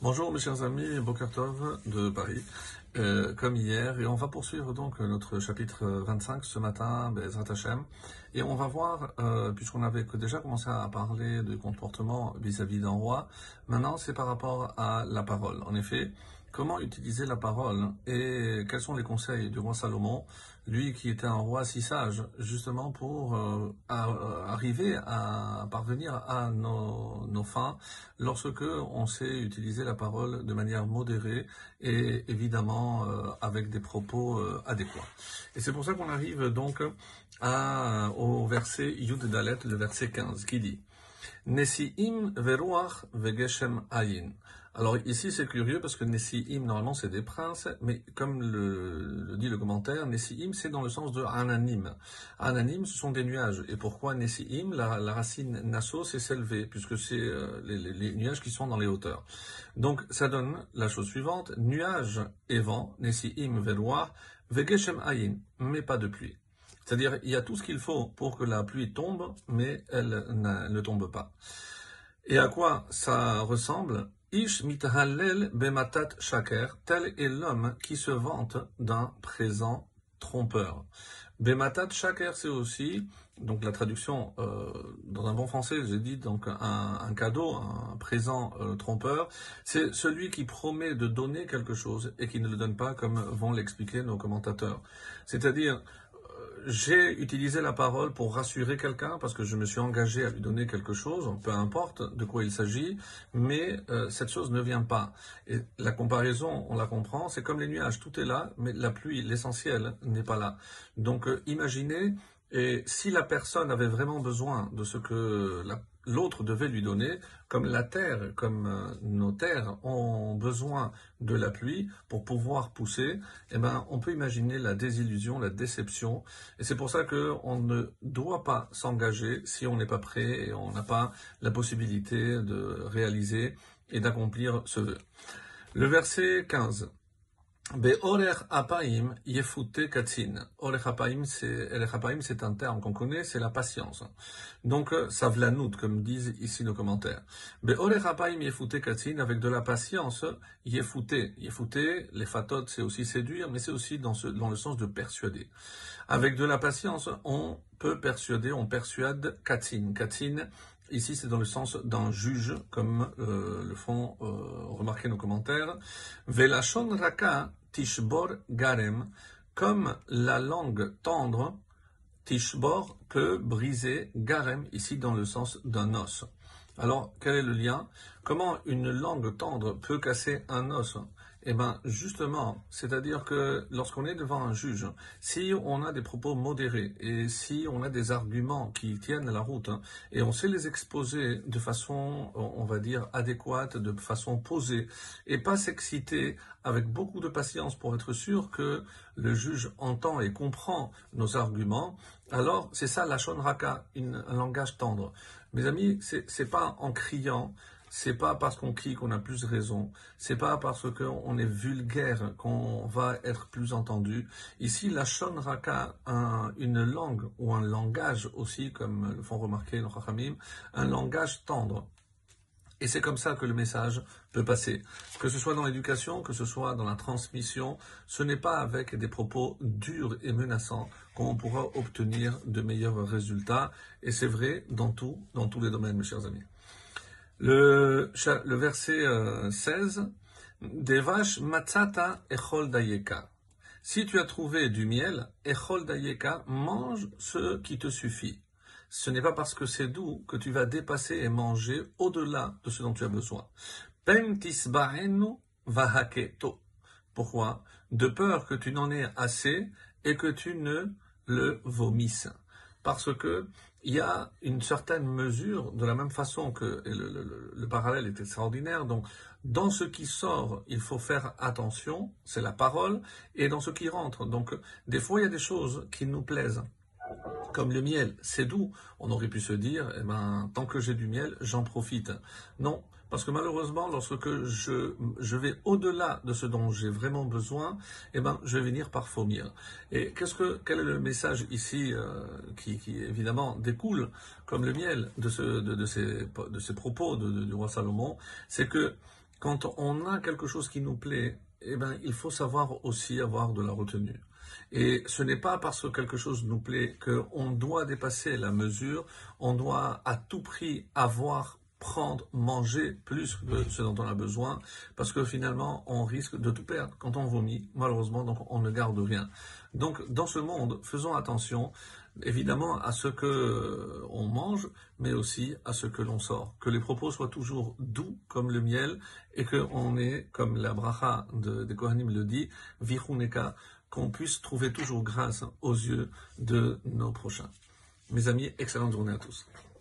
Bonjour mes chers amis, Boker Tov de Paris, comme hier, et on va poursuivre donc notre chapitre 25 ce matin, Be'ezrat Hashem, et on va voir, puisqu'on avait déjà commencé à parler du comportement vis-à-vis d'un roi, maintenant c'est par rapport à la parole. En effet, comment utiliser la parole et quels sont les conseils du roi Salomon, lui qui était un roi si sage, justement pour arriver à parvenir à nos fins, lorsque on sait utiliser la parole de manière modérée et évidemment avec des propos adéquats. Et c'est pour ça qu'on arrive donc au verset Yud Dalet, le verset 15, qui dit Nesi'im veruach vegeshem ayin. Alors ici c'est curieux parce que Nesi'im normalement c'est des princes, mais comme le dit le commentaire, Nesi'im c'est dans le sens de Ananim. Ananim ce sont des nuages. Et pourquoi Nesi'im? La racine Nasso c'est s'élever, puisque c'est les nuages qui sont dans les hauteurs. Donc ça donne la chose suivante, nuages et vent, Nesi'im veruach vegeshem ayin, mais pas de pluie. C'est-à-dire, il y a tout ce qu'il faut pour que la pluie tombe, mais elle ne tombe pas. Et à quoi ça ressemble? Ish mitahallel bematat shaker, tel est l'homme qui se vante d'un présent trompeur. Bematat shaker, c'est aussi, donc la traduction dans un bon français, j'ai dit donc un cadeau, un présent trompeur, c'est celui qui promet de donner quelque chose et qui ne le donne pas, comme vont l'expliquer nos commentateurs. C'est-à-dire, j'ai utilisé la parole pour rassurer quelqu'un parce que je me suis engagé à lui donner quelque chose, peu importe de quoi il s'agit, mais cette chose ne vient pas. Et la comparaison, on la comprend, c'est comme les nuages, tout est là, mais la pluie, l'essentiel, n'est pas là. Donc imaginez, et si la personne avait vraiment besoin de ce que l'autre devait lui donner, comme la terre, comme nos terres ont besoin de la pluie pour pouvoir pousser, eh ben, on peut imaginer la désillusion, la déception. Et c'est pour ça qu'on ne doit pas s'engager si on n'est pas prêt et on n'a pas la possibilité de réaliser et d'accomplir ce vœu. Le verset 15. Be'orech apaim yefute katzin. Orech apaim, c'est un terme qu'on connaît, c'est la patience. Donc, savlanout, comme disent ici nos commentaires. Be'orech apaim yefute katzin, avec de la patience, yefute. Yefute, les fatot, c'est aussi séduire, mais c'est aussi dans le sens de persuader. Avec de la patience, on peut persuader, on persuade katzin. Katzin, ici, c'est dans le sens d'un juge, comme le font remarquer nos commentaires. Velashon raka tishbor garem, comme la langue tendre, tishbor peut briser garem, ici dans le sens d'un os. Alors, quel est le lien? Comment une langue tendre peut casser un os? Eh bien, justement, c'est-à-dire que lorsqu'on est devant un juge, si on a des propos modérés et si on a des arguments qui tiennent la route et on sait les exposer de façon, on va dire, adéquate, de façon posée et pas s'exciter avec beaucoup de patience pour être sûr que le juge entend et comprend nos arguments, alors c'est ça la shon raka, un langage tendre. Mes amis, c'est pas en criant, c'est pas parce qu'on crie qu'on a plus raison, c'est pas parce qu'on est vulgaire qu'on va être plus entendu. Ici, la shon raka, une langue ou un langage aussi, comme le font remarquer nos chachamim, un langage tendre. Et c'est comme ça que le message peut passer. Que ce soit dans l'éducation, que ce soit dans la transmission, ce n'est pas avec des propos durs et menaçants qu'on pourra obtenir de meilleurs résultats. Et c'est vrai dans tous les domaines, mes chers amis. Le verset 16, Devash matzata echol dayeka. Si tu as trouvé du miel, echol dayeka, mange ce qui te suffit. Ce n'est pas parce que c'est doux que tu vas dépasser et manger au-delà de ce dont tu as besoin. Pen tisbarenu vahaketo. Pourquoi? De peur que tu n'en aies assez et que tu ne le vomisses. Parce que il y a une certaine mesure, de la même façon que le parallèle est extraordinaire, donc dans ce qui sort, il faut faire attention, c'est la parole, et dans ce qui rentre. Donc des fois, il y a des choses qui nous plaisent. Comme le miel, c'est doux. On aurait pu se dire, eh ben, tant que j'ai du miel, j'en profite. Non, parce que malheureusement, lorsque je vais au-delà de ce dont j'ai vraiment besoin, eh ben, je vais venir par vomir. Et quel est le message ici qui évidemment découle comme le miel de ces propos du roi Salomon? C'est que quand on a quelque chose qui nous plaît, eh ben, il faut savoir aussi avoir de la retenue. Et ce n'est pas parce que quelque chose nous plaît qu'on doit dépasser la mesure, on doit à tout prix avoir, prendre, manger plus que ce dont on a besoin, parce que finalement, on risque de tout perdre. Quand on vomit, malheureusement, donc on ne garde rien. Donc, dans ce monde, faisons attention, évidemment, à ce que on mange, mais aussi à ce que l'on sort. Que les propos soient toujours doux comme le miel, et qu'on ait, comme la bracha de Kohanim le dit, vichuneka, qu'on puisse trouver toujours grâce aux yeux de nos prochains. Mes amis, excellente journée à tous.